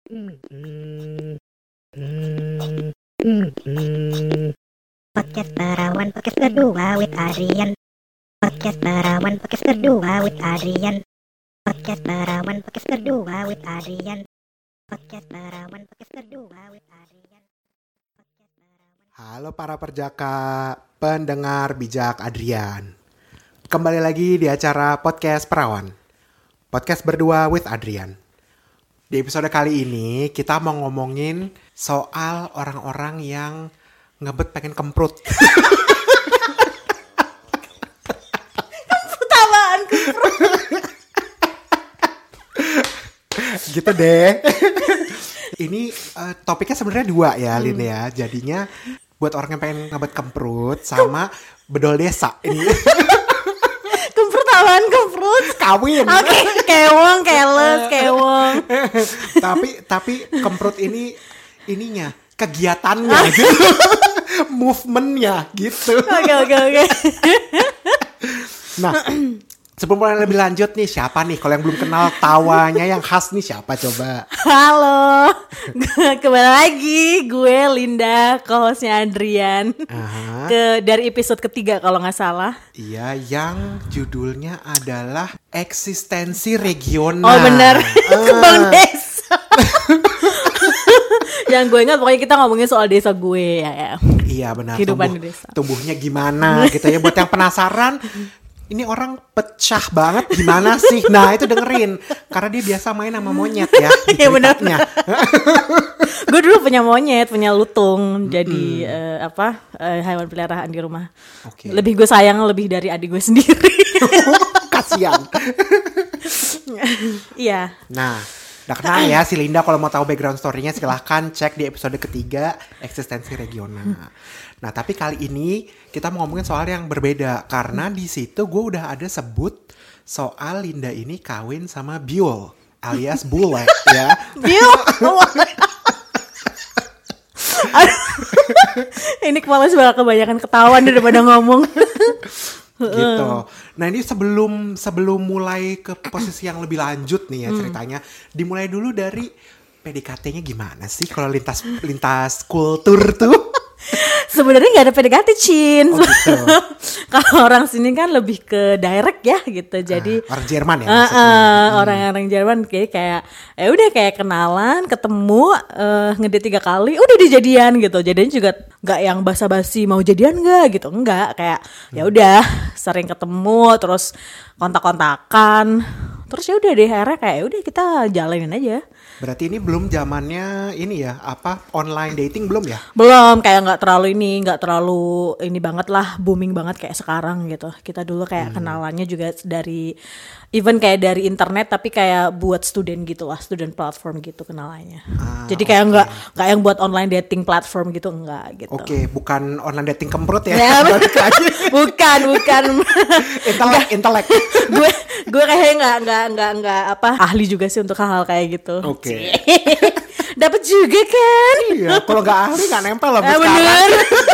Podcast Perawan, podcast kedua with Adrian. Podcast Perawan, podcast kedua with Adrian. Podcast Perawan, podcast kedua with Adrian. Podcast Perawan, podcast kedua with Adrian. Halo para perjaka, pendengar bijak Adrian. Kembali lagi di acara Podcast Perawan. Podcast berdua with Adrian. Di episode kali ini kita mau ngomongin soal orang-orang yang ngebet pengen kemprut. Ketamaan kemprut. Gitu deh. Ini topiknya sebenarnya dua ya, Lin ya. Jadinya buat orang yang pengen ngebet kemprut sama bedol desa ini. Kemprut apaan kemprut? Kawin. Oke, kewong, keles, kewong. Tapi kemprut ininya kegiatannya gitu. Movementnya gitu. Oke. Nah, sebelum mulai lebih lanjut nih, siapa nih kalau yang belum kenal tawanya yang khas nih, siapa coba? Halo, kembali lagi gue Linda, co-hostnya Adrian. Dari episode ketiga kalau nggak salah. Iya, yang judulnya adalah eksistensi regional. Oh benar, kembang desa. Yang gue ingat pokoknya kita ngomongin soal desa gue ya. Iya benar. Kehidupan di desa. Tumbuhnya gimana gitu ya. Buat yang penasaran, ini orang pecah banget gimana sih? Nah itu dengerin, karena dia biasa main sama monyet ya. Iya benar. Gue dulu punya monyet, punya lutung. Jadi hewan peliharaan di rumah. Oke. Lebih gue sayang lebih dari adik gue sendiri. Kasian. Iya. Nah, udah kenal ya si Linda. Kalau mau tahu background story-nya silahkan cek di episode ketiga eksistensi regional. Nah, tapi kali ini kita mau ngomongin soal yang berbeda. Karena di situ gue udah ada sebut soal Linda ini kawin sama Biol alias bule ya. Biol? Ini kepala sebelah kebanyakan ketahuan daripada ngomong. Gitu. Nah ini sebelum mulai ke posisi yang lebih lanjut nih ya ceritanya, dimulai dulu dari PDKT-nya gimana sih kalau lintas kultur tuh? Sebenarnya nggak ada PDKT, Cin. Oh, gitu. Kalau orang sini kan lebih ke direct ya gitu. Jadi orang Jerman ya maksudnya. Orang-orang Jerman kayak udah kayak kenalan, ketemu, ngedate 3 kali, udah dijadian gitu. Jadinya juga nggak yang basa-basi mau jadian nggak gitu, nggak, kayak ya udah sering ketemu terus kontak-kontakan. Terus ya udah deh akhirnya kayak udah kita jalanin aja. Berarti ini belum zamannya ini ya, online dating belum ya? Belum, kayak nggak terlalu ini banget lah, booming banget kayak sekarang gitu. Kita dulu kayak kenalannya juga dari even kayak dari internet, tapi kayak buat student gitu lah, student platform gitu kenalannya. Jadi kayak nggak yang buat online dating platform gitu, enggak gitu. Oke, bukan online dating kemprut ya? bukan. Intelek. gue kayaknya nggak ahli juga sih untuk hal-hal kayak gitu. Oke. Dapat juga kan? Iya, kalau nggak ahli nggak nempel loh sekarang. Bener.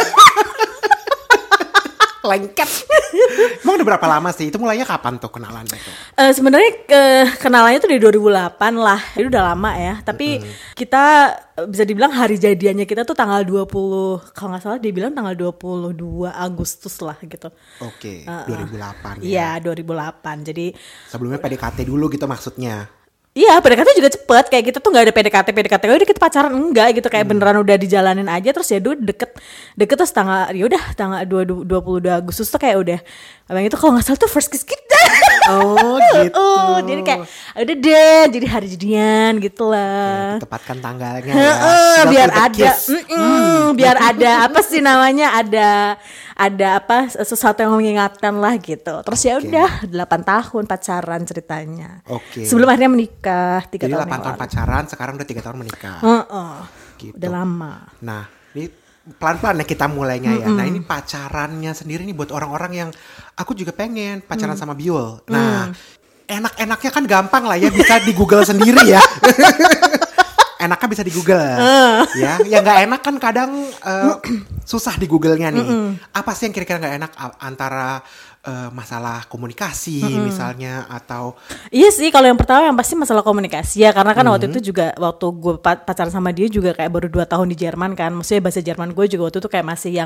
Lengket. Emang udah berapa lama sih? Itu mulainya kapan tuh kenalannya tuh? Sebenarnya kenalannya tuh dari 2008 lah. Itu udah lama ya. Tapi kita bisa dibilang hari jadiannya kita tuh tanggal 20, kalau nggak salah dia bilang tanggal 22 Agustus lah gitu. Oke, 2008 ya. Iya, 2008. Jadi sebelumnya PDKT dulu gitu maksudnya. Iya, PDKT juga cepet. Kayak kita tuh gak ada PDKT udah kita pacaran, enggak gitu. Kayak beneran udah dijalanin aja. Terus ya deket terus tanggal 22 Agustus tuh kayak udah. Abang itu kalau gak salah tuh first kiss kita. Oh gitu. Jadi kayak udah deh, jadi hari jadian gitu lah. Tepatkan tanggalnya ya. Biar ada apa sih namanya, ada sesuatu yang mengingatkan lah gitu. Terus ya udah 8 tahun pacaran ceritanya. Oke. Sebelum akhirnya menikah 3 tahun. Jadi 8 tahun pacaran, sekarang udah 3 tahun menikah. Gitu. Udah lama. Nah, ini pelan-pelan ya kita mulainya ya. Nah, ini pacarannya sendiri nih buat orang-orang yang aku juga pengen pacaran sama Biol. Nah, enak-enaknya kan gampang lah ya, bisa di Google sendiri ya. enaknya bisa di Google. Ya, yang nggak enak kan kadang susah di Google-nya nih. Apa sih yang kira-kira nggak enak antara masalah komunikasi misalnya atau Iya sih, kalau yang pertama yang pasti masalah komunikasi ya, karena kan waktu itu juga waktu gue pacaran sama dia juga kayak baru 2 tahun di Jerman kan, maksudnya bahasa Jerman gue juga waktu itu kayak masih yang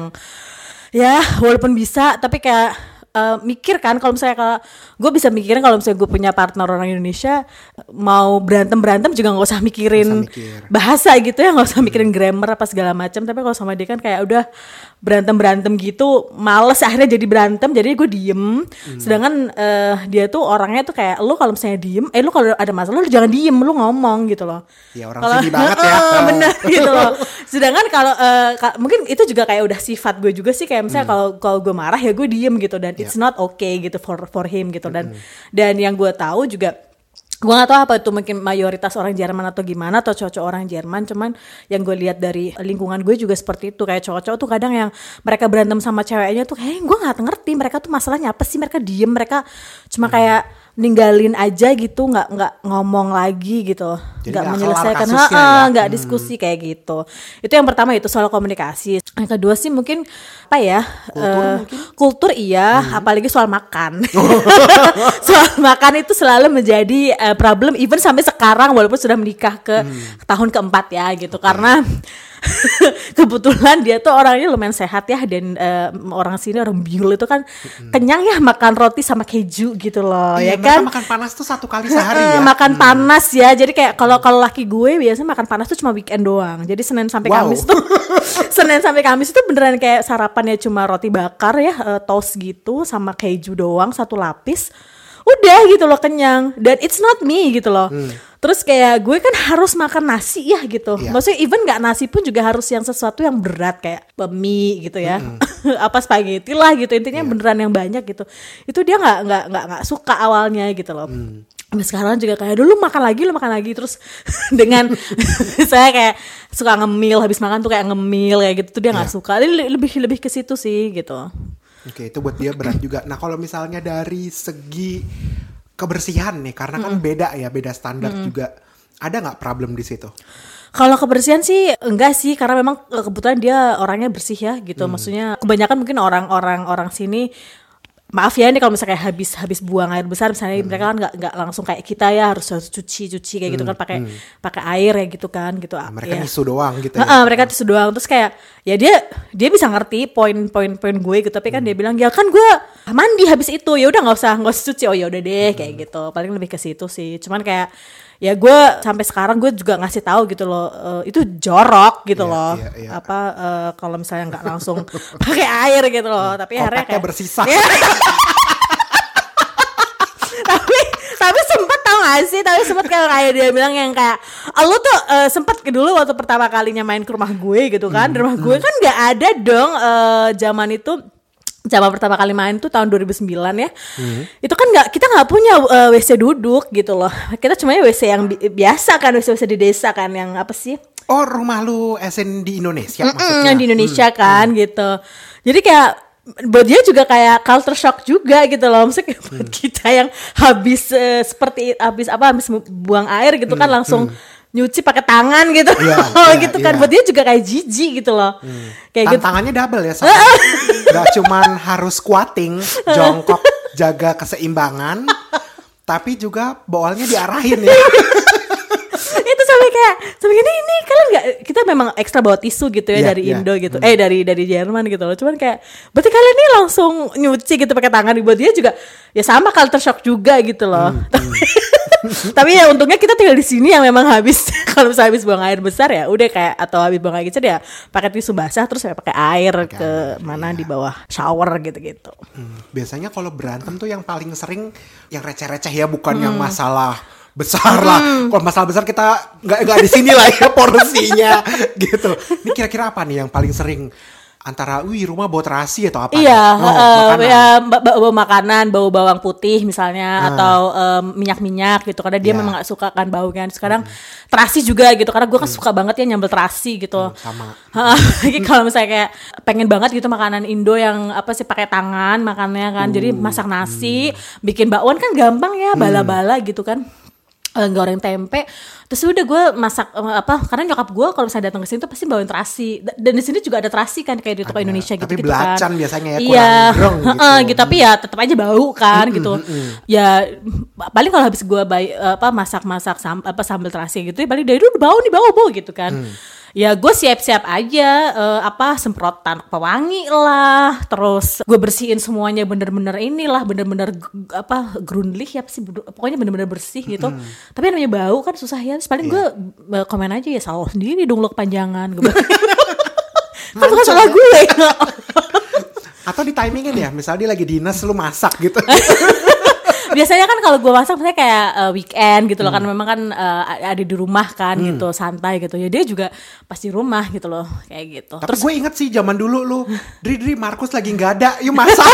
ya walaupun bisa tapi kayak mikir kan kalau misalnya kalau gue bisa mikirin kalau misalnya gue punya partner orang Indonesia mau berantem juga nggak usah mikirin bahasa gitu ya, nggak usah mikirin grammar apa segala macam. Tapi kalau sama dia kan kayak udah berantem gitu males, akhirnya jadi berantem, jadi gue diem. Sedangkan dia tuh orangnya tuh kayak lu kalau misalnya diem, lu kalau ada masalah lu jangan diem, lu ngomong gitu loh. Ya orang sini banget ya. Bener gitu loh. Sedangkan kalau mungkin itu juga kayak udah sifat gue juga sih, kayak misalnya kalau gue marah ya gue diem gitu, dan it's not okay gitu for him gitu. Dan yang gue tahu juga, gue gak tahu apa itu mungkin mayoritas orang Jerman atau gimana, atau cowok-cowok orang Jerman, cuman yang gue lihat dari lingkungan gue juga seperti itu. Kayak cowok-cowok tuh kadang yang mereka berantem sama ceweknya tuh kayak gue gak ngerti mereka tuh masalahnya apa sih, mereka diem, mereka cuma kayak ninggalin aja gitu, nggak ngomong lagi gitu, nggak menyelesaikan, nggak diskusi kayak gitu. Itu yang pertama, itu soal komunikasi. Yang kedua sih mungkin apa ya, kultur iya, apalagi soal makan. Soal makan itu selalu menjadi problem even sampai sekarang walaupun sudah menikah ke tahun keempat ya gitu, karena kebetulan dia tuh orangnya lumayan sehat ya, dan orang sini, orang Biul itu kan kenyang ya makan roti sama keju gitu loh. Iya, ya kan makan panas tuh 1 kali sehari ya. Makan panas ya, jadi kayak kalau laki gue biasanya makan panas tuh cuma weekend doang. Jadi Senin sampai Kamis tuh Senin sampai Kamis itu beneran kayak sarapannya cuma roti bakar ya, toast gitu sama keju doang 1 lapis. Udah gitu loh, kenyang. Dan it's not me gitu loh. Terus kayak gue kan harus makan nasi ya gitu. Maksudnya even gak nasi pun juga harus yang sesuatu yang berat kayak mie gitu ya. Apa spaghetti lah gitu. Intinya beneran yang banyak gitu. Itu dia gak suka awalnya gitu loh. Tapi sekarang juga kayak dulu makan lagi terus dengan saya kayak suka ngemil, habis makan tuh kayak ngemil kayak gitu tuh dia gak suka. Jadi lebih ke situ sih gitu. Oke, itu buat dia berat juga. Nah, kalau misalnya dari segi kebersihan nih, karena kan beda standar juga. Ada nggak problem di situ? Kalau kebersihan sih enggak sih, karena memang kebetulan dia orangnya bersih ya gitu. Maksudnya kebanyakan mungkin orang sini, maaf ya ini kalau misalnya kayak habis buang air besar misalnya, mereka kan nggak langsung kayak kita ya harus cuci kayak gitu kan, pakai air ya gitu kan gitu. Mereka ya. tisu doang gitu ya. Mereka tisu doang, terus kayak ya dia bisa ngerti poin gue gitu, tapi kan dia bilang ya kan gue mandi habis itu, ya udah nggak usah cuci. Oh ya udah deh kayak gitu, paling lebih ke situ sih. Cuman kayak ya gue sampai sekarang gue juga ngasih tahu gitu loh, itu jorok gitu loh. Apa kalau misalnya nggak langsung pakai air gitu loh, tapi akhirnya kayak bersisa. tapi sempat tau gak sih, kayak dia bilang yang kayak lu tuh sempat dulu waktu pertama kalinya main ke rumah gue gitu kan, di rumah gue kan nggak ada dong zaman pertama kali main tuh tahun 2009 ya. Itu kan kita nggak punya WC duduk gitu loh. Kita cuma WC yang biasa kan, WC di desa kan, yang apa sih? Oh, rumah lu SN di Indonesia maksudnya? Yang di Indonesia kan gitu. Jadi kayak buat dia juga kayak culture shock juga gitu loh. Maksudnya buat kita yang habis buang air gitu kan langsung nyuci pakai tangan gitu. Gitu kan. Buat dia juga kayak jijik gitu loh. Kayak tantangannya double ya. Gak cuman harus squatting, jongkok, jaga keseimbangan, tapi juga bawalnya diarahin ya. Itu sampai ini kalian nggak, kita memang ekstra bawa tisu gitu ya dari Indo gitu, dari Jerman gitu loh. Cuman kayak berarti kalian ini langsung nyuci gitu pakai tangan. Buat dia juga ya sama, culture shock juga gitu loh. Tapi ya untungnya kita tinggal di sini yang memang kalau misalnya habis buang air besar ya udah kayak, atau habis buang air kecil ya pakai tisu basah, terus ya pakai air ke mana di bawah shower gitu. Biasanya kalau berantem tuh yang paling sering yang receh-receh ya, bukan yang masalah besar lah. Kalau masalah besar kita nggak di sini lah ya porsinya gitu. Ini kira-kira apa nih yang paling sering? Antara rumah bau terasi atau apa? Iya, bau makanan, bau bawang putih misalnya, atau minyak gitu, karena dia memang gak suka kan baunya. Sekarang terasi juga gitu, karena gue kan suka banget ya nyambel terasi gitu. Sama. Kalau misalnya kayak pengen banget gitu makanan Indo yang apa sih pakai tangan makannya kan, jadi masak nasi, bikin bakwan kan gampang ya, bala-bala gitu kan. goreng tempe. Terus udah gue masak karena nyokap gue kalau misalnya datang ke sini tuh pasti bawain terasi. Dan di sini juga ada terasi kan kayak di toko Indonesia gitu tapi kan. belacan biasanya ya, Iya, kurang grong gitu. Tapi ya tetap aja bau kan gitu. Ya paling kalau habis gue masak-masak sambal terasi gitu, ya paling dari dulu bau gitu kan. Ya gue siap-siap aja semprotan pewangi lah, terus gue bersihin semuanya bener-bener grundlich ya sih, pokoknya bener-bener bersih gitu. Tapi namanya bau kan susah ya, terus paling gue komen aja ya salah sendiri dong lo kepanjangan. Kan bukan salah gue. Atau di timingin ya, misalnya dia lagi dinas lu masak gitu. Biasanya kan kalau gue masak misalnya kayak weekend gitu loh, kan memang kan ada di rumah kan gitu, santai gitu. Ya dia juga pas di rumah gitu loh, kayak gitu. Tapi gue inget sih zaman dulu lu, Dri Markus lagi nggak ada, yuk masak.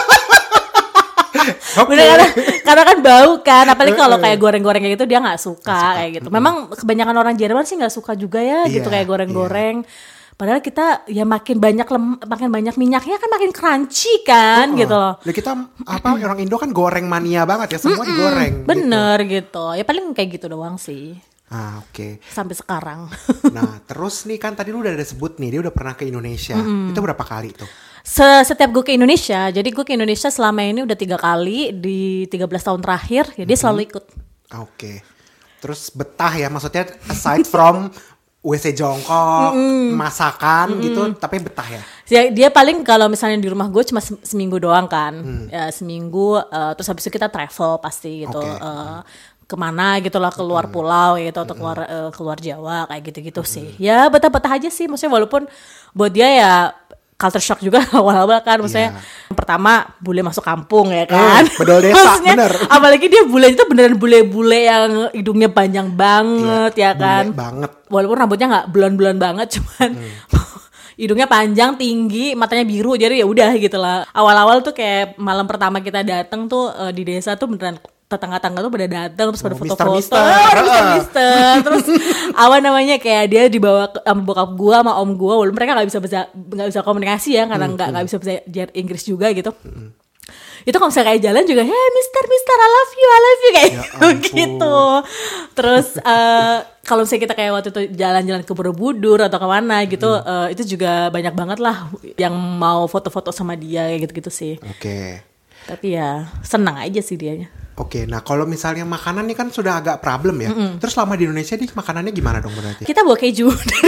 Bener, karena kan bau kan, apalagi kalau kayak goreng-goreng kayak gitu dia nggak suka kayak gitu. Memang kebanyakan orang Jerman sih nggak suka juga ya gitu kayak goreng-goreng. Padahal kita ya makin banyak minyaknya kan makin crunchy kan gitu loh. Ya kita orang Indo kan goreng mania banget ya, semua digoreng. Bener gitu. Ya paling kayak gitu doang sih. Oke. Sampai sekarang. Nah terus nih kan tadi lu udah ada sebut nih dia udah pernah ke Indonesia. Itu berapa kali tuh? Setiap gue ke Indonesia, jadi gue ke Indonesia selama ini udah 3 kali di 13 tahun terakhir, ya dia selalu ikut. Oke. Terus betah ya, maksudnya aside from WC jongkok, masakan gitu, tapi betah ya? Dia paling kalau misalnya di rumah gue cuma seminggu doang kan, ya, seminggu, terus habis itu kita travel pasti gitu, kemana gitu lah, keluar pulau gitu, atau keluar Jawa kayak gitu-gitu sih. Ya betah-betah aja sih, maksudnya walaupun buat dia ya culture shock juga awal-awal kan, maksudnya yang pertama bule masuk kampung ya kan, bedol desa, bener. Apalagi dia bule itu beneran bule-bule yang hidungnya panjang banget ya kan, banget. Walaupun rambutnya nggak bulan-bulan banget, cuman hidungnya panjang, tinggi, matanya biru, jadi ya udah gitu lah. Awal-awal tuh kayak malam pertama kita datang tuh di desa tuh beneran tetangga-tangga tuh pada datang terus pada foto-foto, Mister. Terus namanya kayak dia dibawa sama bokap gua sama om gua, walaupun mereka nggak bisa komunikasi ya karena nggak bisa bahasa Inggris juga gitu. Itu kalau misalnya kayak jalan juga, hey Mister, I love you kayak gitu. Terus kalau misalnya kita kayak waktu itu jalan-jalan ke Borobudur atau kemana gitu, itu juga banyak banget lah yang mau foto-foto sama dia kayak gitu-gitu sih. Oke. Tapi ya senang aja sih dianya. Oke, nah kalau misalnya makanan nih kan sudah agak problem ya. Terus selama di Indonesia nih makanannya gimana dong berarti? Kita bawa keju dari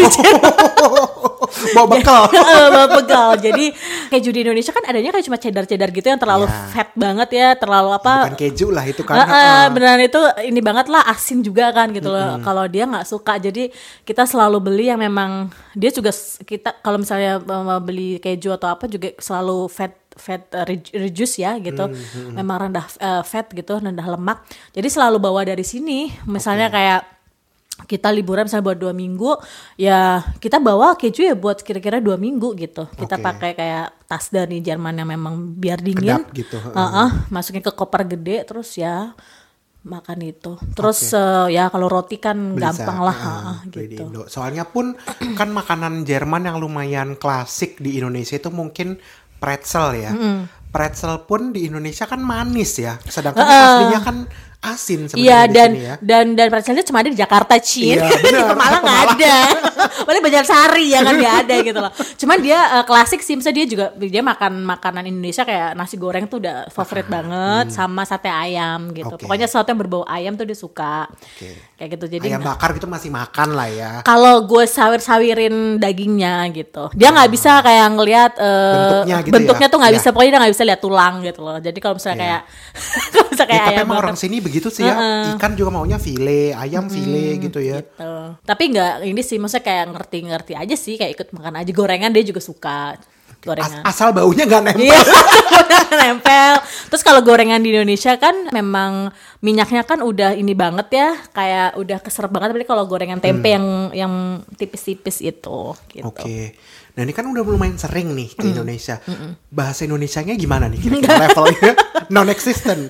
bawa bekal. Bawa bekal. Jadi keju di Indonesia kan adanya kayak cuma cheddar-cheddar gitu yang terlalu fat banget ya, terlalu apa? Bukan keju lah itu kan. Beneran itu ini banget lah, asin juga kan gitu loh. Kalau dia nggak suka, jadi kita selalu beli yang memang dia juga, kita kalau misalnya beli keju atau apa juga selalu fat reduce ya gitu, memang rendah fat gitu, rendah lemak. Jadi selalu bawa dari sini. Misalnya kayak kita liburan misalnya buat 2 minggu, ya kita bawa keju ya buat kira-kira 2 minggu gitu. Kita pakai kayak tas dari Jerman yang memang biar dingin, kedap gitu. Masukin ke koper gede, terus ya makan itu. Terus ya kalau roti kan gampang lah gitu. Soalnya pun kan makanan Jerman yang lumayan klasik di Indonesia itu mungkin pretzel ya. Pretzel pun di Indonesia kan manis ya. Sedangkan aslinya kan asin sebenarnya di sini ya. Dan pretzelnya cuma ada di Jakarta, Cin. Iya, Di Pemalang nggak ada. Paling Banjarsari ya kan nggak ada gitu loh. Cuman dia klasik sih, misalnya dia makan makanan Indonesia kayak nasi goreng tuh udah favorit banget, sama sate ayam gitu. Pokoknya sesuatu yang berbau ayam tuh dia suka. Kayak gitu. Jadi ayam bakar gitu masih makan lah ya. Kalau gue sawir-sawirin dagingnya gitu, dia nggak bisa kayak ngelihat bentuknya tuh nggak bisa, pokoknya dia nggak bisa lihat tulang gitu loh. Jadi kalau misalnya kayak tapi ayam emang bakar, orang sini begitu sih ya. Ikan juga maunya file, ayam file gitu ya. Gitu. Tapi nggak ini sih, maksudnya kayak ngerti aja sih, kayak ikut makan aja. Gorengan dia juga suka. Gorengan. Asal baunya nggak nempel. Iya, nempel. Terus kalau gorengan di Indonesia kan memang minyaknya kan udah ini banget ya, kayak udah keserap banget. Tapi kalau gorengan tempe yang tipis-tipis itu gitu. Oke. Nah ini kan udah lumayan sering nih ke Indonesia. Bahasa Indonesianya gimana nih kira-kira levelnya? Non-existent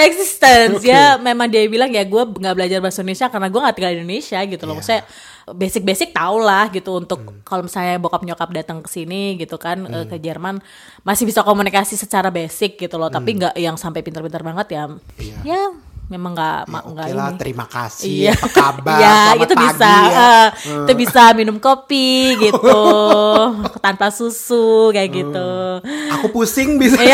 ya. Memang dia bilang ya gue nggak belajar bahasa Indonesia karena gue nggak tinggal di Indonesia gitu loh. Maksudnya basic tau lah gitu, untuk kalau misalnya bokap nyokap datang ke sini gitu kan, ke Jerman masih bisa komunikasi secara basic gitu loh. Tapi nggak yang sampai pintar-pintar banget ya. Ya memang nggak Oke lah, ini. terima kasih. Iya. Apa kabar? Iya, Selamat itu pagi bisa. ya. Itu bisa minum kopi gitu, tanpa susu kayak gitu. Aku pusing bisa. Iya.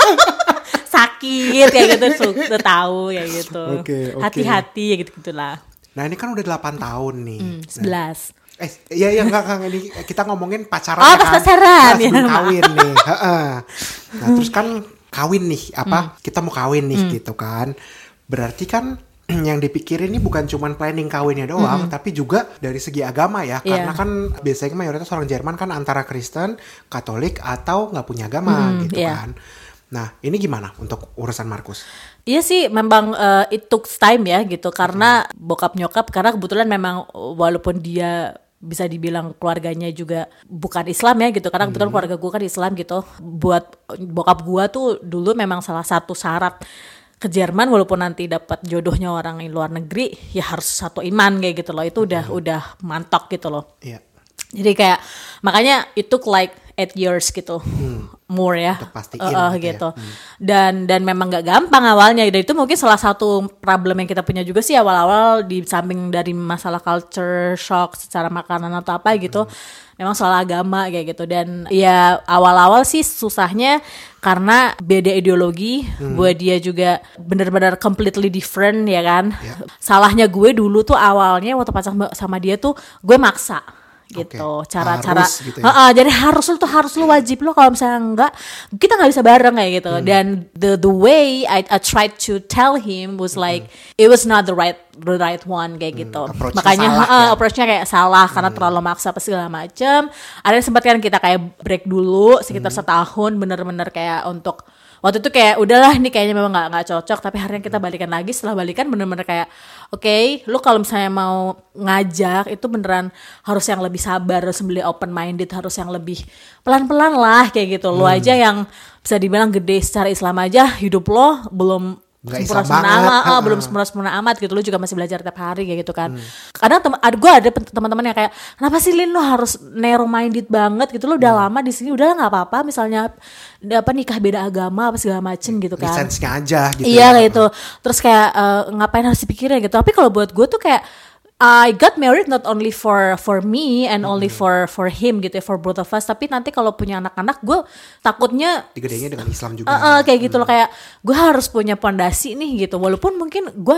Sakit kayak gitu, udah tahu kayak gitu. Oke. Hati-hati ya gitu-gitulah. Nah ini kan udah 8 tahun nih. 11. Iya enggak ini kita ngomongin pacaran Oh, ya pas kan. pacaran, Nah, sebelum ya. kawin nih. Heeh. Nah, terus kan kawin nih, kita mau kawin nih gitu kan. Berarti kan yang dipikirin ini bukan cuman planning kawinnya doang, tapi juga dari segi agama ya. Iya. Karena kan biasanya mayoritas orang Jerman kan antara Kristen, Katolik atau nggak punya agama gitu iya. kan. Nah, ini gimana untuk urusan Markus? Iya sih, memang it took time ya gitu, karena bokap nyokap, karena kebetulan memang walaupun dia bisa dibilang keluarganya juga bukan Islam ya gitu, karena kebetulan keluarga gue kan Islam gitu. Buat bokap gue tuh dulu memang salah satu syarat ke Jerman, walaupun nanti dapat jodohnya orang di luar negeri, ya harus satu iman kayak gitu loh. Itu udah mantok gitu loh. Iya. Jadi kayak makanya it took like 8 years gitu, more ya, Untuk pastiin gitu. Dan memang nggak gampang awalnya. Dan itu mungkin salah satu problem yang kita punya juga sih awal-awal, di samping dari masalah culture shock secara makanan atau apa gitu. Memang soal agama kayak gitu. Dan ya awal-awal sih susahnya karena beda ideologi. Buat dia juga benar-benar completely different ya kan. Salahnya gue dulu tuh awalnya waktu pacaran sama dia tuh gue maksa gitu. Cara-cara Harus gitu ya. jadi harus lu wajib lu, kalau misalnya enggak kita nggak bisa bareng kayak gitu. Dan the way I tried to tell him was like it was not the right one kayak gitu. Approach-nya Makanya salah ya. approach-nya kayak salah karena terlalu maksa apa segala macem. Ada sempat kan kita kayak break dulu sekitar setahun, bener-bener kayak untuk waktu itu kayak udahlah nih kayaknya memang nggak cocok, tapi akhirnya kita balikan lagi. Setelah balikan bener-bener kayak oke, lu kalau misalnya mau ngajak itu beneran harus yang lebih sabar, harus lebih open minded, harus yang lebih pelan-pelan lah kayak gitu. Lu aja yang bisa dibilang gede secara Islam aja, hidup lo belum Nggak sempurna-sempurna Islam banget, amat, belum sempurna-sempurna amat gitu. Lu juga masih belajar tiap hari kayak gitu kan. Kadang gue ada teman-teman yang kayak, kenapa sih Lin lu harus narrow minded banget gitu, lu udah lama di sini, udah nggak apa-apa misalnya nikah beda agama apa segala macem gitu kan. Lisensinya aja gitu. Iya ya. kayak gitu. Terus kayak ngapain harus dipikirin gitu. Tapi kalau buat gue tuh kayak I got married not only for me and only for him gitu ya, for both of us. Tapi nanti kalau punya anak-anak, gue takutnya Digedenya dengan Islam juga. kayak gitu loh, kayak gue harus punya pondasi nih gitu. Walaupun mungkin gue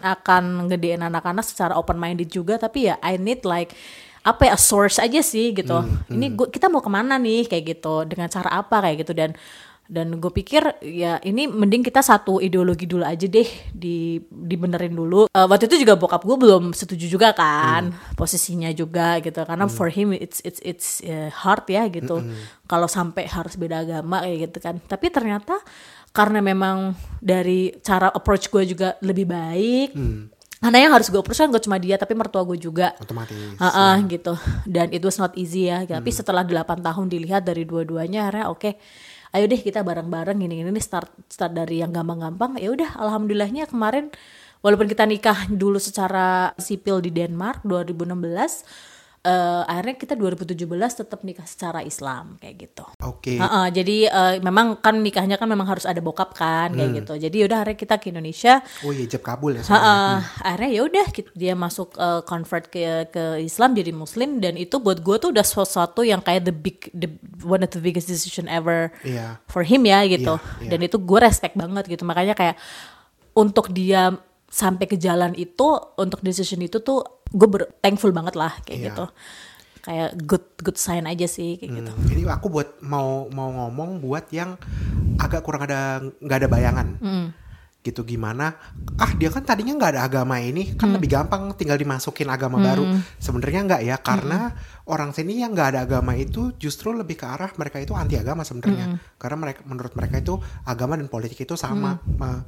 akan gedein anak-anak secara open minded juga, tapi ya I need like apa ya, a source aja sih gitu. Ini kita mau kemana nih kayak gitu, dengan cara apa kayak gitu. Dan gue pikir ya ini mending kita satu ideologi dulu aja deh, dibenerin dulu. Waktu itu juga bokap gue belum setuju juga kan, posisinya juga gitu, karena for him it's hard ya gitu, kalau sampai harus beda agama kayak gitu kan. Tapi ternyata karena memang dari cara approach gue juga lebih baik. Karena yang harus gue approach kan gak cuma dia, tapi mertua gue juga. Otomatis. Gitu. Dan it was not easy ya. Tapi setelah 8 tahun dilihat dari dua-duanya, akhirnya oke, ayo deh kita bareng-bareng gini start dari yang gampang-gampang. Ya udah, alhamdulillahnya kemarin walaupun kita nikah dulu secara sipil di Denmark 2016, akhirnya kita 2017 tetap nikah secara Islam kayak gitu. Oke. Jadi memang kan nikahnya kan memang harus ada bokap kan kayak gitu. Jadi yaudah akhirnya kita ke Indonesia. Oh iya, ijab kabul ya soalnya. Akhirnya ya udah dia masuk convert ke Islam jadi Muslim, dan itu buat gue tuh udah sesuatu yang kayak one of the biggest decision ever for him ya gitu. Iya. Dan itu gue respect banget gitu. Makanya kayak untuk dia sampai ke jalan itu, untuk decision itu tuh gue thankful banget lah kayak gitu. Kayak good sign aja sih kayak gitu. Ini aku buat mau ngomong buat yang agak kurang nggak ada bayangan. Gitu gimana? Dia kan tadinya nggak ada agama ini, kan lebih gampang tinggal dimasukin agama baru. Sebenarnya nggak ya, karena orang sini yang nggak ada agama itu justru lebih ke arah mereka itu anti agama sebenarnya. Karena menurut mereka itu agama dan politik itu sama,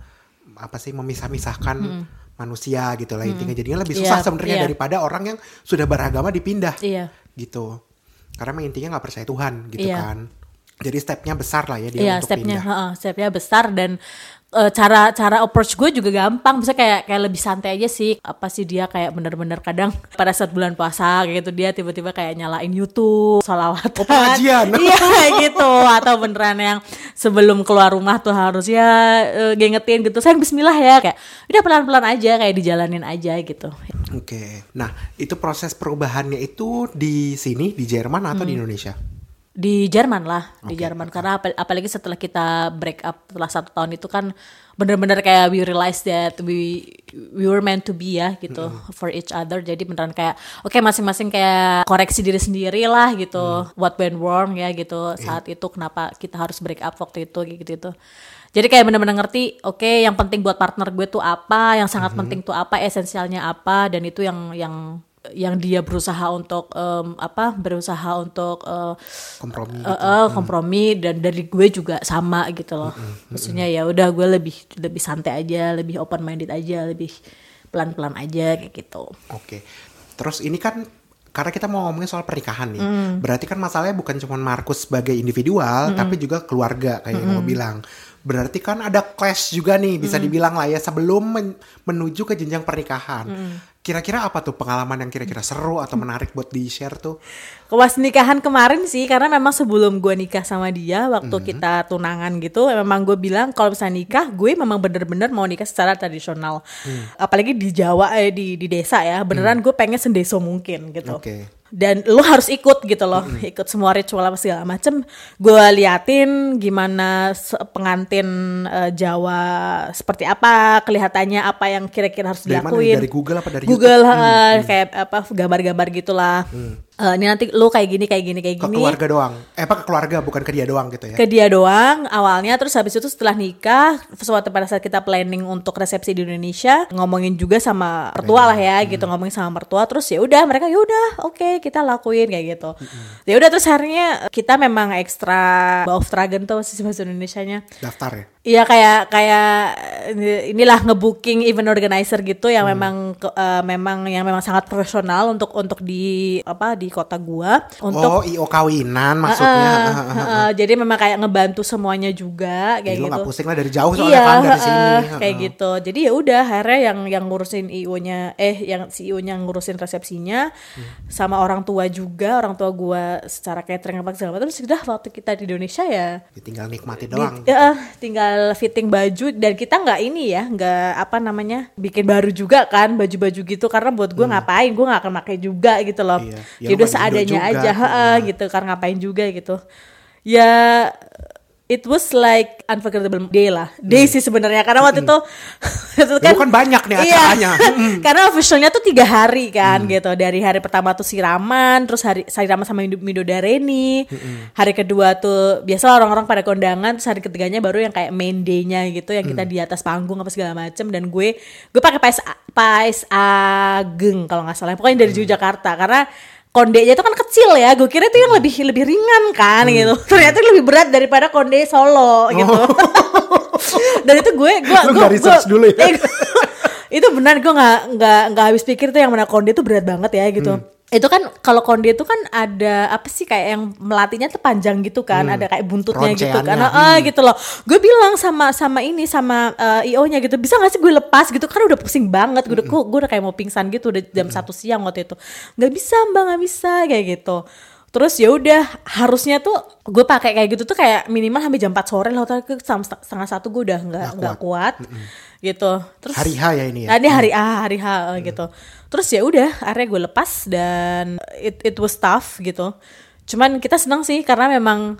memisah-misahkan manusia gitu lah intinya. Jadinya lebih susah sebenarnya daripada orang yang sudah beragama dipindah gitu. Karena intinya nggak percaya Tuhan gitu kan. Jadi stepnya besar lah ya dia untuk pindah. Stepnya besar. Dan cara approach gue juga gampang, bisa kayak lebih santai aja sih. Apa sih dia kayak bener-bener kadang pada saat bulan puasa kayak gitu dia tiba-tiba kayak nyalain YouTube, sholawatan, pengajian. iya kayak gitu, atau beneran yang sebelum keluar rumah tuh harus ya ngingetin gitu, sayang Bismillah ya, kayak udah pelan-pelan aja kayak dijalanin aja gitu. Oke. Nah, itu proses perubahannya itu di sini di Jerman atau di Indonesia? Di Jerman lah, di Jerman. Karena apalagi setelah kita break up setelah 1 tahun itu kan bener-bener kayak we realize that we were meant to be ya gitu for each other. Jadi beneran kayak oke, masing-masing kayak koreksi diri sendiri lah gitu, what went wrong ya gitu saat itu, kenapa kita harus break up waktu itu gitu. Jadi kayak bener-bener ngerti, oke, yang penting buat partner gue tuh apa, yang sangat penting tuh apa, esensialnya apa, dan itu yang dia berusaha untuk kompromi dan dari gue juga sama gitu loh. Maksudnya ya udah gue lebih santai aja, lebih open minded aja, lebih pelan-pelan aja kayak gitu. Oke. Terus ini kan karena kita mau ngomongin soal pernikahan nih. Berarti kan masalahnya bukan cuma Markus sebagai individual tapi juga keluarga kayak yang lo bilang. Berarti kan ada clash juga nih, bisa dibilang lah ya, sebelum menuju ke jenjang pernikahan. Kira-kira apa tuh pengalaman yang kira-kira seru atau menarik buat di-share tuh? Pas nikahan kemarin sih, karena memang sebelum gue nikah sama dia, waktu kita tunangan gitu, memang gue bilang kalau misalnya nikah, gue memang bener-bener mau nikah secara tradisional. Apalagi di Jawa, di desa ya, beneran gue pengen sendeso mungkin gitu. Dan lu harus ikut gitu loh, ikut semua ritual apa segala macem. Gue liatin gimana pengantin Jawa seperti apa, kelihatannya apa yang kira-kira harus dilakuin. Dari Google apa dari Google kayak apa gambar-gambar gitulah. Ini nanti lu kayak gini. Ke keluarga doang. Ke keluarga bukan ke dia doang gitu ya. Ke dia doang awalnya, terus habis itu setelah nikah, sesuatu pada saat kita planning untuk resepsi di Indonesia, ngomongin juga sama mertua lah ya gitu, ngomongin sama mertua, terus ya udah mereka ya udah oke, kita lakuin kayak gitu. Ya udah terus akhirnya kita memang ekstra beauftragen tuh sih bahasa Indonesianya. Daftar ya? Iya kayak inilah ngebooking event organizer gitu yang memang sangat profesional untuk di kota gua untuk IO kawinan maksudnya. Jadi memang kayak ngebantu semuanya juga kayak gitu. Lo nggak pusing lah dari jauh soalnya kan dari sini. Kayak gitu. Jadi ya udah akhirnya yang ngurusin IO-nya yang CEO-nya ngurusin resepsinya sama orang tua gua secara catering apa segala macam. Terus udah waktu kita di Indonesia ya tinggal nikmati doang. Tinggal fitting baju, dan kita nggak bikin baru juga kan baju-baju gitu, karena buat gue ngapain, gue nggak akan pakai juga gitu loh. Ya udah seadanya aja gitu, karena ngapain juga gitu ya. It was like unforgettable day sih sebenarnya, karena waktu itu kan banyak nih acaranya. Karena officialnya tuh 3 hari kan gitu. Dari hari pertama tuh siraman, terus siraman sama midodareni. Hari kedua tuh biasa orang-orang pada kondangan, terus hari ketiganya baru yang kayak main day-nya gitu, yang kita di atas panggung apa segala macem. Dan gue pakai Pais Ageng kalau nggak salah, pokoknya dari Jakarta, karena kondenya itu kan kecil ya, gue kira itu yang lebih ringan kan gitu. Ternyata lebih berat daripada konde Solo gitu. Dan itu gue research dulu ya. Itu benar, gue nggak habis pikir tuh yang mana konde itu berat banget ya gitu. Itu kan kalau konde itu kan ada apa sih kayak yang melatihnya tuh panjang gitu kan, ada kayak buntutnya gitu kan, gitu loh. Gue bilang sama IO-nya gitu, bisa nggak sih gue lepas gitu, kan udah pusing banget, gue udah kayak mau pingsan gitu, udah jam 1 siang waktu itu. Nggak bisa mbak, nggak bisa kayak gitu. Terus ya udah, harusnya tuh gue pakai kayak gitu tuh kayak minimal sampai jam 4 sore lah, setengah 1 gue udah nggak kuat. Gitu. Terus hari H ya ini ya. Ini hari H gitu. Terus ya udah, akhirnya gue lepas dan it was tough gitu. Cuman kita senang sih karena memang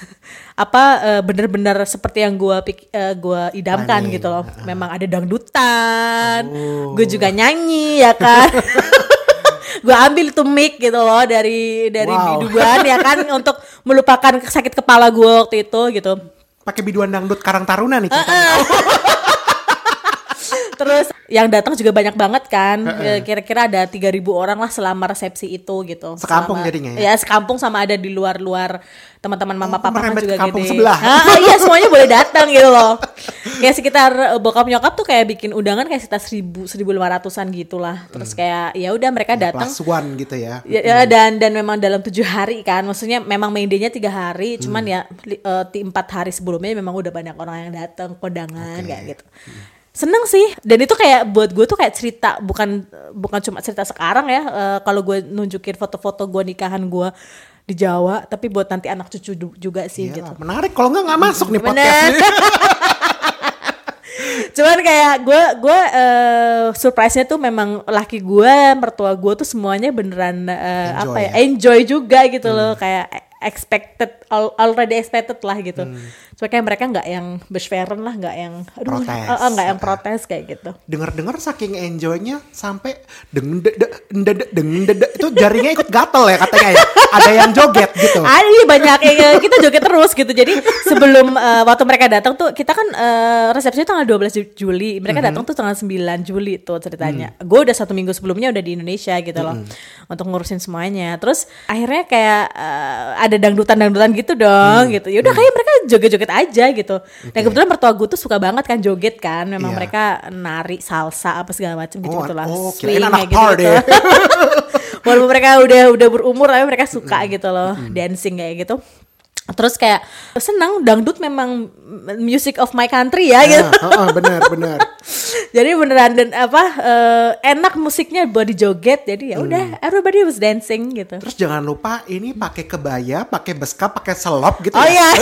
benar-benar seperti yang gue idamkan gitu loh. Memang ada dangdutan, gue juga nyanyi ya kan. Gue ambil tuh mic gitu loh dari biduan ya kan, untuk melupakan sakit kepala gue waktu itu gitu. Pakai biduan dangdut Karang Taruna nih ceritanya. Terus yang datang juga banyak banget kan. Kira-kira ada 3.000 orang lah selama resepsi itu gitu. Sekampung jadinya ya? Ya sekampung, sama ada di luar-luar teman-teman mama papa kan juga kampung gede. sebelah. Iya semuanya boleh datang gitu loh. Kayak sekitar bokap nyokap tuh kayak bikin undangan kayak sekitar 1.500-an gitulah. Terus kayak ya udah mereka datang. Plus one gitu ya. Ya, dan memang dalam 7 hari kan. Maksudnya memang main day-nya 3 hari, cuman ya 4 hari sebelumnya memang udah banyak orang yang datang kondangan kayak gitu. Seneng sih, dan itu kayak buat gue tuh kayak cerita, bukan cuma cerita sekarang ya. Kalau gue nunjukin foto-foto gue nikahan gue di Jawa, tapi buat nanti anak cucu juga sih. Iyalah, gitu. Menarik, kalau nggak masuk nih podcast ini. Cuman kayak gue surprise-nya tuh memang laki gue, mertua gue tuh semuanya beneran enjoy juga gitu loh, kayak already expected lah gitu. Cuma kayak mereka nggak yang bersferen lah, nggak yang nggak yang protes kayak gitu. Dengar saking enjoynya sampai deng itu jarinya ikut gatel ya katanya ya. Ada yang joget gitu. Iya banyak kita joget terus gitu. Jadi sebelum waktu mereka datang tuh kita kan resepsinya tanggal 12 Juli. Mereka datang tuh tanggal 9 Juli tuh ceritanya. Gue udah 1 minggu sebelumnya udah di Indonesia gitu loh. Untuk ngurusin semuanya. Terus akhirnya kayak ada dangdutan gitu dong gitu. Ya udah kayak mereka joget-joget aja gitu. Dan kebetulan mertua gue tuh suka banget kan joget kan. Memang mereka nari salsa apa segala macam gitu lah. Swing kayak gitu. Walaupun mereka udah berumur tapi mereka suka gitu loh, dancing kayak gitu. Terus kayak senang, dangdut memang music of my country ya gitu. Benar. Jadi beneran dan enak musiknya buat dijoget. Jadi ya udah everybody was dancing gitu. Terus jangan lupa ini pakai kebaya, pakai beskap, pakai selop gitu. Oh iya.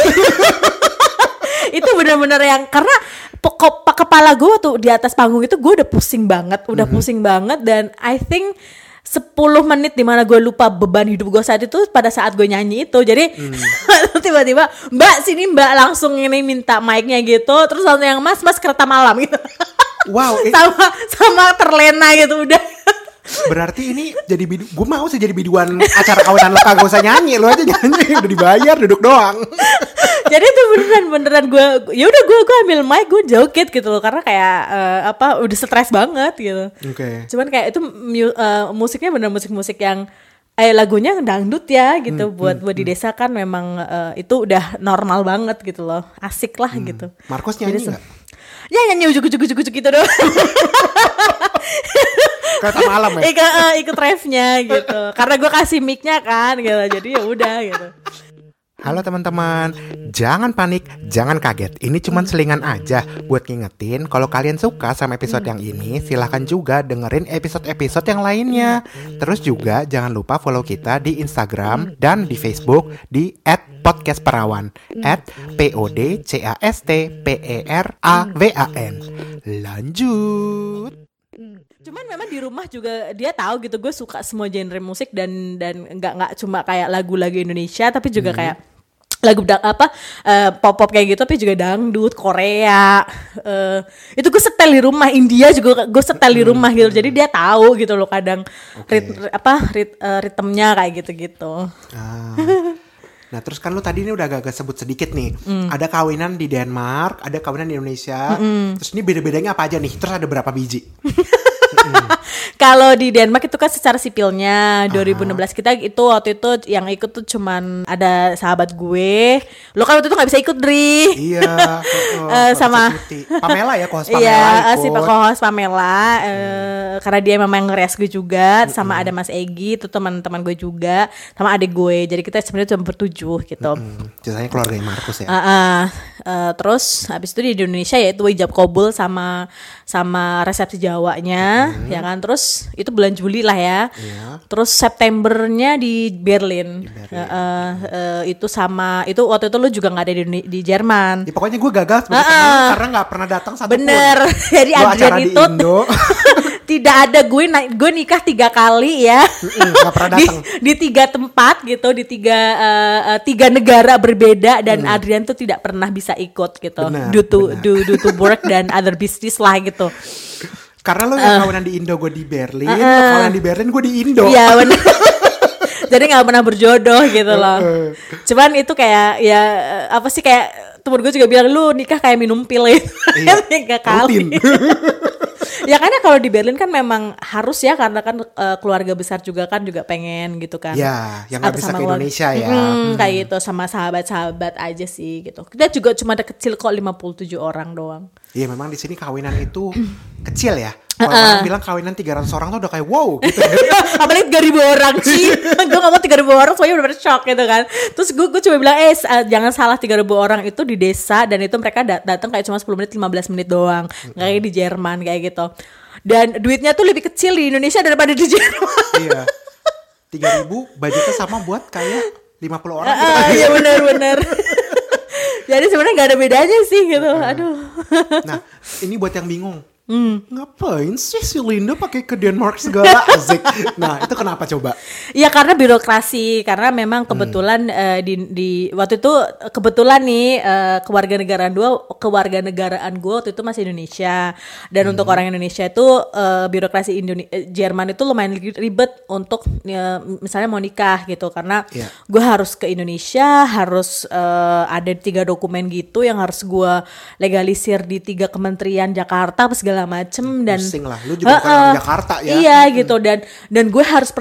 Itu benar-benar yang karena kepala gue tuh di atas panggung itu gue udah pusing banget, dan I think 10 menit dimana gue lupa beban hidup gue saat itu pada saat gue nyanyi itu. Jadi tiba-tiba Mbak sini Mbak langsung ini minta mic-nya gitu, terus langsung yang Mas Kereta Malam gitu. Wow, sama terlena gitu udah. Berarti ini jadi gue mau sih jadi biduan acara kawinan lo, kagak usah nyanyi, lo aja nyanyi, udah dibayar duduk doang. Jadi itu beneran gue ya udah gue ambil mic, gue joget gitu loh, karena kayak udah stres banget gitu. Cuman kayak itu musiknya bener musik yang lagunya dangdut ya gitu, buat di desa kan memang itu udah normal banget gitu loh, asik lah gitu. Markus nyanyi nggak? Ya nyanyi ujuk gitu doang. Kereta Malam ya? Ikut ref-nya gitu. Karena gue kasih mic-nya kan gitu. Jadi ya udah gitu. Halo teman-teman, jangan panik, jangan kaget. Ini cuma selingan aja buat ngingetin kalau kalian suka sama episode yang ini, silahkan juga dengerin episode-episode yang lainnya. Terus juga jangan lupa follow kita di Instagram dan di Facebook di @podcastperawan @podcastperawan. Lanjut. Cuman memang di rumah juga dia tahu gitu, gue suka semua genre musik dan nggak cuma kayak lagu-lagu Indonesia, tapi juga kayak lagu pop kayak gitu, tapi juga dangdut Korea. Itu gue setel di rumah, India juga gue setel di rumah gitu. Jadi dia tahu gitu loh kadang ritmenya kayak gitu-gitu. Nah terus kan lu tadi ini udah agak sebut sedikit nih, ada kawinan di Denmark, ada kawinan di Indonesia. Terus ini beda-bedanya apa aja nih? Terus ada berapa biji? Kalau di Denmark itu kan secara sipilnya 2016 kita itu waktu itu yang ikut tuh cuman ada sahabat gue. Lo kan waktu itu nggak bisa ikut, Dri. Iya. Sama Pamela ya, kohos Pamela. Iya, si kohos Pamela. Karena dia memang nge-reas gue juga. Sama ada Mas Egi, itu teman-teman gue juga. Sama adik gue. Jadi kita sebenarnya cuma bertujuh gitu. Ceritanya keluarga Markus ya. Terus habis itu di Indonesia ya itu ijab kabul sama resepsi Jawanya, ya kan. Terus itu bulan Juli lah ya. Terus Septembernya di Berlin. Itu sama itu waktu itu lu juga nggak ada di Jerman. Ya, pokoknya gue gagal sebagai teman karena nggak pernah datang satu bener. pun. Jadi Adrian itu tidak ada gue nikah 3 kali ya. Nggak pernah datang. Di 3 tempat gitu, di 3 negara berbeda, dan Adrian tuh tidak pernah bisa ikut gitu. Due to work dan other business lah gitu. Karena lo yang kawinan di Indo, gue di Berlin. Kawinan di Berlin, gue di Indo. Iya benar. Jadi nggak pernah berjodoh gitu loh. Cuman itu kayak ya apa sih, kayak temen gue juga bilang lu nikah kayak minum pil ya. Iya. 3 kali. Ya karena kalau di Berlin kan memang harus ya karena kan keluarga besar juga kan juga pengen gitu kan. Ya, yang nggak Atau bisa sama ke Indonesia ya. Kayak gitu sama sahabat-sahabat aja sih gitu. Kita juga cuma ada kecil kok 57 orang doang. Iya memang di sini kawinan itu kecil ya. Kalau orang bilang kawinan 300 orang tuh udah kayak wow gitu. Apalagi 3.000 orang sih. Gue gak mau 3.000 orang soalnya udah pada shock gitu kan. Terus gue cuma bilang jangan salah 3.000 orang itu di desa. Dan itu mereka datang kayak cuma 10 menit 15 menit doang. Kayak di Jerman kayak gitu. Dan duitnya tuh lebih kecil di Indonesia daripada di Jerman. Iya 3.000 budgetnya sama buat kayak 50 orang gitu. Iya benar-benar. Jadi sebenarnya gak ada bedanya sih gitu. Aduh. Nah ini buat yang bingung. Ngapain sih si Linda pakai ke Denmark segala asik. Nah itu kenapa coba? Ya karena birokrasi, karena memang kebetulan di waktu itu kebetulan nih kewarganegaraan gue waktu itu masih Indonesia dan untuk orang Indonesia itu birokrasi Jerman itu lumayan ribet untuk misalnya mau nikah gitu karena gue harus ke Indonesia harus ada 3 dokumen gitu yang harus gue legalisir di 3 kementerian Jakarta apa segala macem dan pusing lah, lu juga bukan orang Jakarta ya. Iya gitu dan gue harus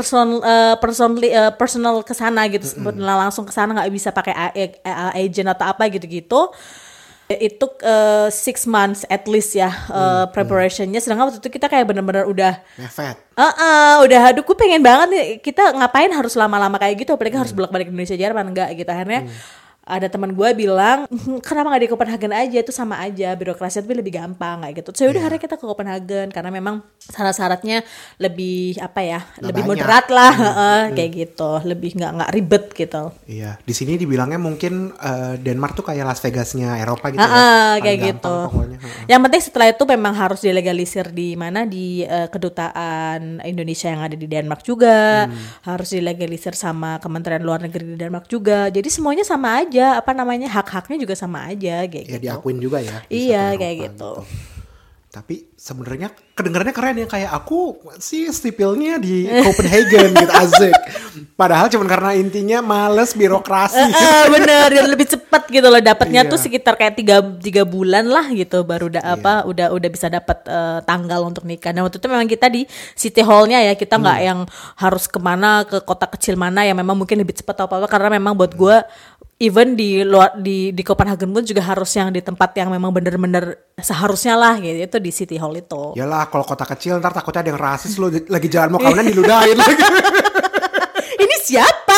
personal kesana gitu, langsung kesana nggak bisa pakai agent atau apa gitu-gitu. Itu 6 months at least ya preparationnya. Sedangkan waktu itu kita kayak benar-benar udah mepet. Udah aduh gue pengen banget nih kita ngapain harus lama-lama kayak gitu, apalagi harus bolak-balik Indonesia Jerman enggak gitu akhirnya. Ada teman gue bilang kenapa nggak di Copenhagen aja, itu sama aja birokrasi tapi lebih gampang kayak gitu. So udah akhirnya kita ke Copenhagen karena memang syarat-syaratnya lebih apa ya lebih banyak. moderat lah kayak gitu, lebih nggak ribet gitu. Iya di sini dibilangnya mungkin Denmark tuh kayak Las Vegasnya Eropa gitu kayak gitu. Yang penting setelah itu memang harus dilegalisir di mana di kedutaan Indonesia yang ada di Denmark juga harus dilegalisir sama Kementerian Luar Negeri di Denmark juga. Jadi semuanya sama aja. Apa namanya hak-haknya juga sama aja kayak ya gitu. diakuin juga ya. Iya kayak gitu. Tapi sebenarnya kedengarannya keren ya kayak aku sih sipilnya di Copenhagen gitu asik. Padahal cuma karena intinya males birokrasi. Bener dan lebih cepat gitu loh dapatnya tuh sekitar kayak 3 bulan lah gitu baru udah bisa dapat tanggal untuk nikah. Dan waktu itu memang kita di City Hall-nya ya kita nggak yang harus kemana ke kota kecil mana yang memang mungkin lebih cepat atau apa karena memang buat gue even di luar di Copenhagen pun juga harus yang di tempat yang memang bener-bener seharusnya lah gitu itu di City Hall itu. Yalah kalau kota kecil ntar takutnya ada yang rasis lo lagi jalan mau kawinan diludahin lagi. Ini siapa?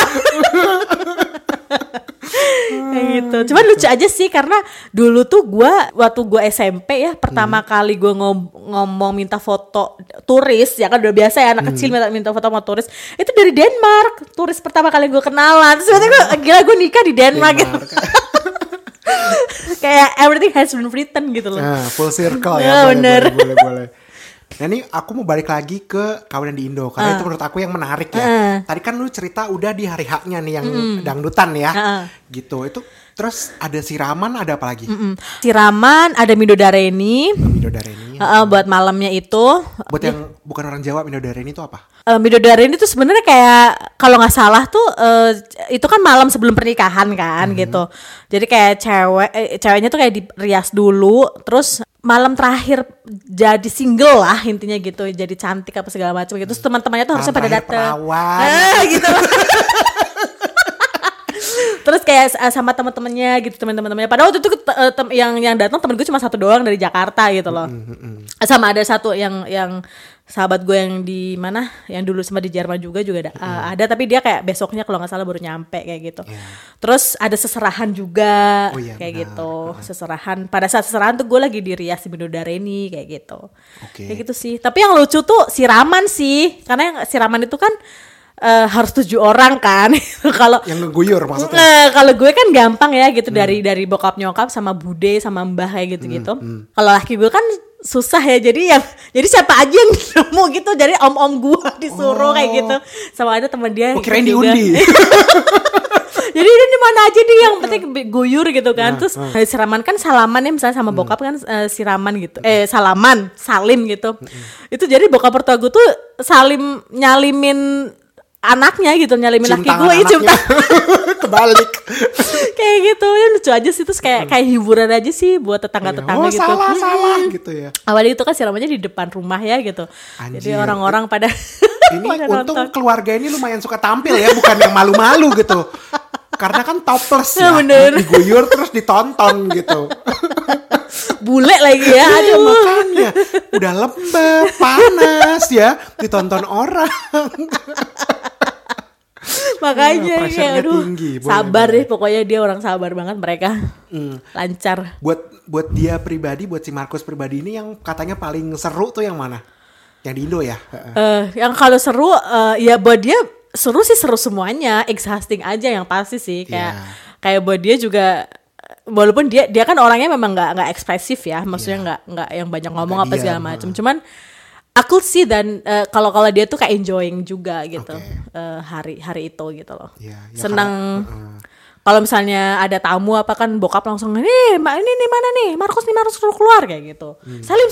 Kayak gitu. Cuman lucu aja sih karena dulu tuh waktu gue SMP ya pertama kali gue ngomong minta foto turis ya kan udah biasa ya anak kecil minta foto sama turis itu dari Denmark. Turis pertama kali gue kenalan terus gila gue nikah di Denmark. Gitu. Kayak everything has been written gitu loh. Nah, full circle ya. Boleh. Nah ini aku mau balik lagi ke kawinan di Indo karena itu menurut aku yang menarik ya. Tadi kan lu cerita udah di hari haknya nih yang dangdutan ya. Gitu. Itu terus ada siraman ada apa lagi? Siraman ada Midodareni. Buat malamnya itu. Buat yang bukan orang Jawa Midodareni itu apa? Midodareni itu sebenarnya kayak kalau nggak salah tuh itu kan malam sebelum pernikahan kan gitu. Jadi kayak ceweknya tuh kayak dirias dulu terus malam terakhir jadi single lah intinya gitu jadi cantik apa segala macam gitu terus teman-temannya tuh harusnya pada datang gitu terus kayak sama teman-temannya gitu teman-temannya padahal waktu itu yang datang temen gue cuma 1 doang dari Jakarta gitu loh sama ada satu yang sahabat gue yang di mana yang dulu sempat di Jerman juga ada tapi dia kayak besoknya kalau nggak salah baru nyampe kayak gitu terus ada seserahan juga kayak gitu seserahan pada saat seserahan tuh gue lagi dirias di Midodareni kayak gitu kayak gitu sih tapi yang lucu tuh siraman sih karena yang siraman itu kan harus 7 orang kan kalau yang ngeguyur maksudnya kalau gue kan gampang ya gitu dari bokap nyokap sama bude sama mbah kayak gitu kalau laki gue kan susah ya jadi siapa aja yang nemu gitu jadi om gue disuruh kayak gitu sama ada teman dia kirain diundi jadi ini di mana aja nih yang penting guyur gitu kan terus siraman kan salaman ya misalnya sama bokap kan siraman gitu salim gitu itu jadi bokap mertua gue tuh nyalimin anaknya gitu, nyalimin laki Cium gue, tangan cium anaknya. tangan. Kebalik. Kayak gitu ya, lucu aja sih. Terus kayak hiburan aja sih buat tetangga-tetangga Oh, gitu. salah gitu ya. Awalnya itu kan siramanya di depan rumah ya gitu. Jadi Anjir. orang-orang pada Ini pada untung nonton. keluarga ini lumayan suka tampil ya, bukan yang malu-malu gitu. Karena kan topless Ya, ya, bener. diguyur terus ditonton gitu. Bule lagi ya. Iya, Aduh. makanya udah lembab, panas ya, ditonton orang. Makanya pressure-nya ya, aduh, tinggi, boleh, sabar boleh. deh, pokoknya dia orang sabar banget mereka, lancar. Buat dia pribadi, buat si Markus pribadi ini yang katanya paling seru tuh yang mana? Yang di Indo ya? Yang kalau seru, ya buat dia seru sih, seru semuanya, exhausting aja yang pasti sih, kayak buat dia juga, walaupun dia kan orangnya memang nggak ekspresif ya, maksudnya nggak yang banyak ngomong Nggak apa segala diam, macam, cuman aku sih dan kalau dia tuh kayak enjoying juga gitu, hari itu gitu loh. Ya Senang. Kalau misalnya ada tamu apa kan bokap langsung ini nih mana nih Markus suruh keluar kayak gitu. Salim.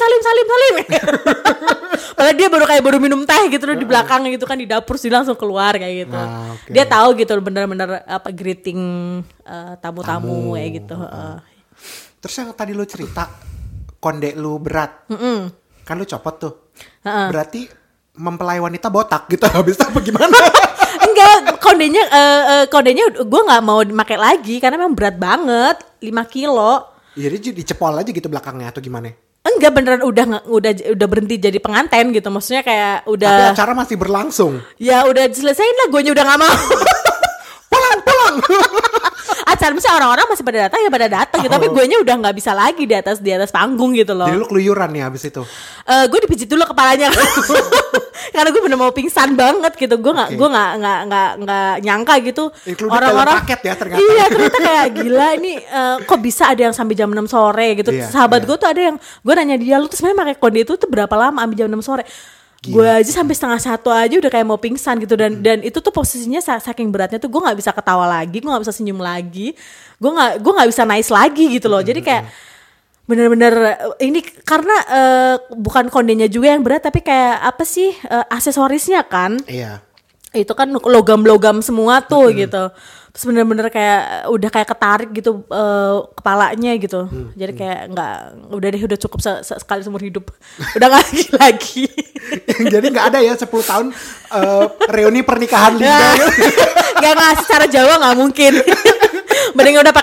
Padahal dia baru minum teh gitu loh di belakang gitu kan di dapur sih langsung keluar kayak gitu. Dia tahu gitu benar-benar apa greeting tamu-tamu kayak gitu. Terus yang tadi lu cerita konde lu berat, kan lu copot tuh. Berarti mempelai wanita botak gitu, habis apa gimana? Enggak, kondenya gue nggak mau dipakai lagi karena memang berat banget, 5 kilo. Jadi dicepol aja gitu belakangnya atau gimana? Enggak, beneran udah berhenti jadi pengantin gitu, maksudnya kayak Tapi udah acara masih berlangsung. ya udah selesaiin lah, gue udah nggak mau. Pulang. Acara misalnya orang-orang masih pada datang ya pada datang gitu, tapi gue udah nggak bisa lagi di atas panggung gitu loh. Jadi lu keluyuran nih habis itu. Gue dipijit dulu kepalanya karena gue bener mau pingsan banget gitu. Gue nggak nyangka gitu. Orang-orang paket ya ternyata. Iya, ternyata kayak gila ini kok bisa ada yang sampai jam 6 sore gitu. Sahabat gue tuh ada yang gue nanya dia, lu tuh sebenarnya pakai konde itu tuh berapa lama sampai jam 6 sore? Gue aja sampai 12:30 aja udah kayak mau pingsan gitu, dan itu tuh posisinya saking beratnya tuh gue nggak bisa ketawa lagi, gue nggak bisa senyum lagi, gue nggak bisa nice lagi gitu loh. Jadi kayak bener-bener ini karena bukan kondenya juga yang berat, tapi kayak apa sih aksesorisnya kan? Iya. Itu kan logam-logam semua tuh gitu. Terus bener-bener kayak udah kayak ketarik gitu kepalanya gitu. Jadi kayak udah cukup sekali seumur hidup. Udah gak lagi. Jadi nggak ada ya 10 tahun reuni pernikahan Linda. Gak secara Jawa nggak mungkin. Mending udah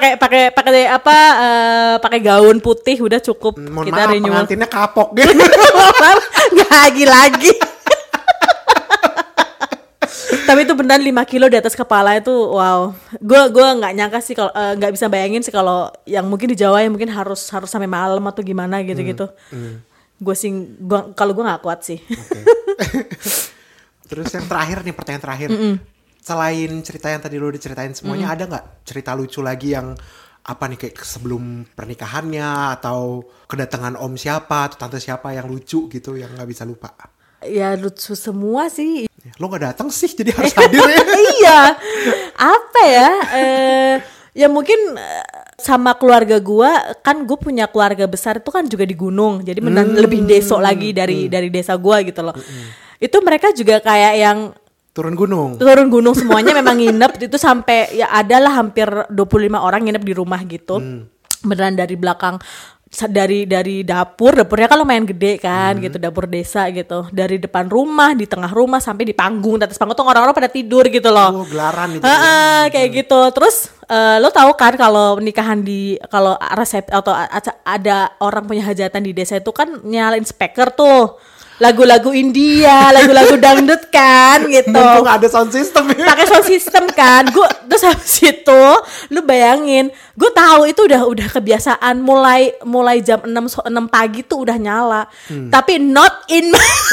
pakai gaun putih udah cukup. Mohon Kita maaf, renewal. pengantinnya kapok gitu. Gak lagi. Tapi itu beneran 5 kilo di atas kepala itu, wow. Gue nggak nyangka sih, kalau nggak bisa bayangin sih kalau yang mungkin di Jawa yang mungkin harus sampai malam atau gimana gitu. Gue sih, kalau gue nggak kuat sih. Okay. Terus yang terakhir nih, pertanyaan terakhir. Selain cerita yang tadi lo diceritain semuanya, ada nggak cerita lucu lagi yang apa nih, kayak sebelum pernikahannya atau kedatangan om siapa atau tante siapa yang lucu gitu yang nggak bisa lupa? Ya lucu semua sih. Lo nggak datang sih, jadi harus hadir ya. Iya, apa ya? Ya mungkin sama keluarga gue, kan gue punya keluarga besar itu kan juga di gunung, jadi lebih desok lagi dari desa gue gitu loh. Itu mereka juga kayak yang turun gunung semuanya memang nginep itu sampai ya adalah hampir 25 orang nginep di rumah gitu. Beneran dari belakang, dari dapurnya kan lumayan gede kan gitu, dapur desa gitu, dari depan rumah, di tengah rumah, sampai di panggung, di atas panggung tuh orang-orang pada tidur gitu loh. Gelaran itu kayak gitu. Terus lo tahu kan kalau nikahan kalau resep atau ada orang punya hajatan di desa itu kan nyalain speaker tuh, lagu-lagu India, lagu-lagu dangdut kan gitu. mumpung ada sound system ya. Pakai sound system kan. Terus habis itu lu bayangin, gue tahu itu udah kebiasaan mulai jam 6 pagi tuh udah nyala. Tapi not in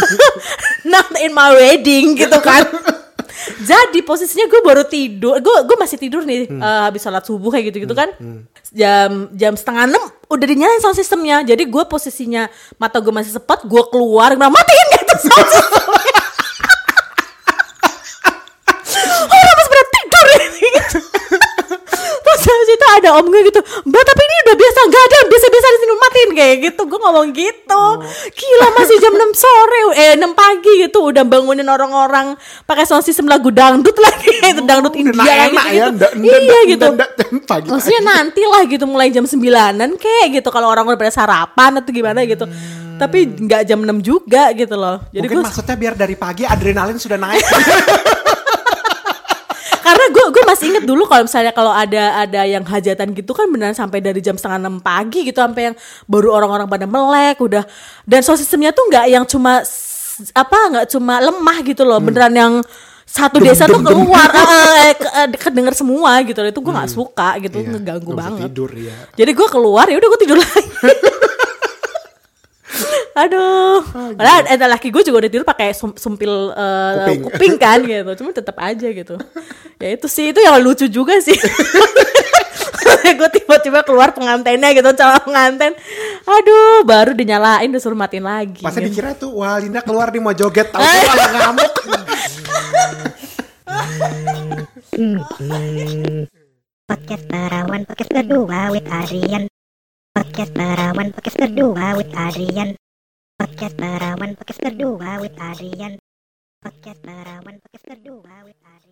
my wedding gitu kan. Jadi posisinya gue baru tidur, gue masih tidur nih habis sholat subuh kayak gitu kan. Jam 5:30 udah dinyalain sound systemnya. Jadi gue posisinya mata gue masih sepet, gue keluar, gue matiin gitu sound systemnya. Orang masih pada tidur gitu. Terus habis itu ada om gue gitu, Mbak tapi ini udah biasa, nggak ada biasa-biasa di sini, matiin kayak gitu. Gue ngomong gitu. Gila, masih jam 6 sore, 6 pagi gitu udah bangunin orang-orang pakai sound system lagu dangdut lagi, itu dangdut India gitu. Iya gitu. Maksudnya nanti lah gitu, mulai jam 9-an kayak gitu kalau orang udah pada sarapan atau gimana gitu. Tapi nggak jam 6 juga gitu loh. Jadi mungkin maksudnya biar dari pagi adrenalin sudah naik. Karena gue masih inget dulu kalau misalnya kalau ada yang hajatan gitu kan beneran sampai dari jam 5:30 pagi gitu, sampai yang baru orang-orang pada melek udah. Dan sound systemnya tuh nggak yang cuma nggak cuma lemah gitu loh, beneran yang satu desa tuh keluar kedenger semua gitu loh. Itu gue nggak suka gitu, ngeganggu banget. Tidur, ya. Jadi gue keluar, ya udah gue tidur lagi. Aduh, padahal laki gue juga udah tidur pakai sumpil kuping kan gitu, cuma tetap aja gitu. Ya itu sih, itu yang lucu juga sih. Gue tiba-tiba keluar pengantennya gitu, calon penganten. Aduh, baru dinyalain, disuruh matiin lagi. Pasti gitu. Dikira tuh, wah Linda keluar nih mau joget, tahu malah ngamuk. Podcast Perawan Podcast kedua with Adrian. Podcast Perawan Podcast kedua with Adrian. Podcast Perawan Podcast kedua with Adrian. Podcast Perawan Podcast kedua with Adrian.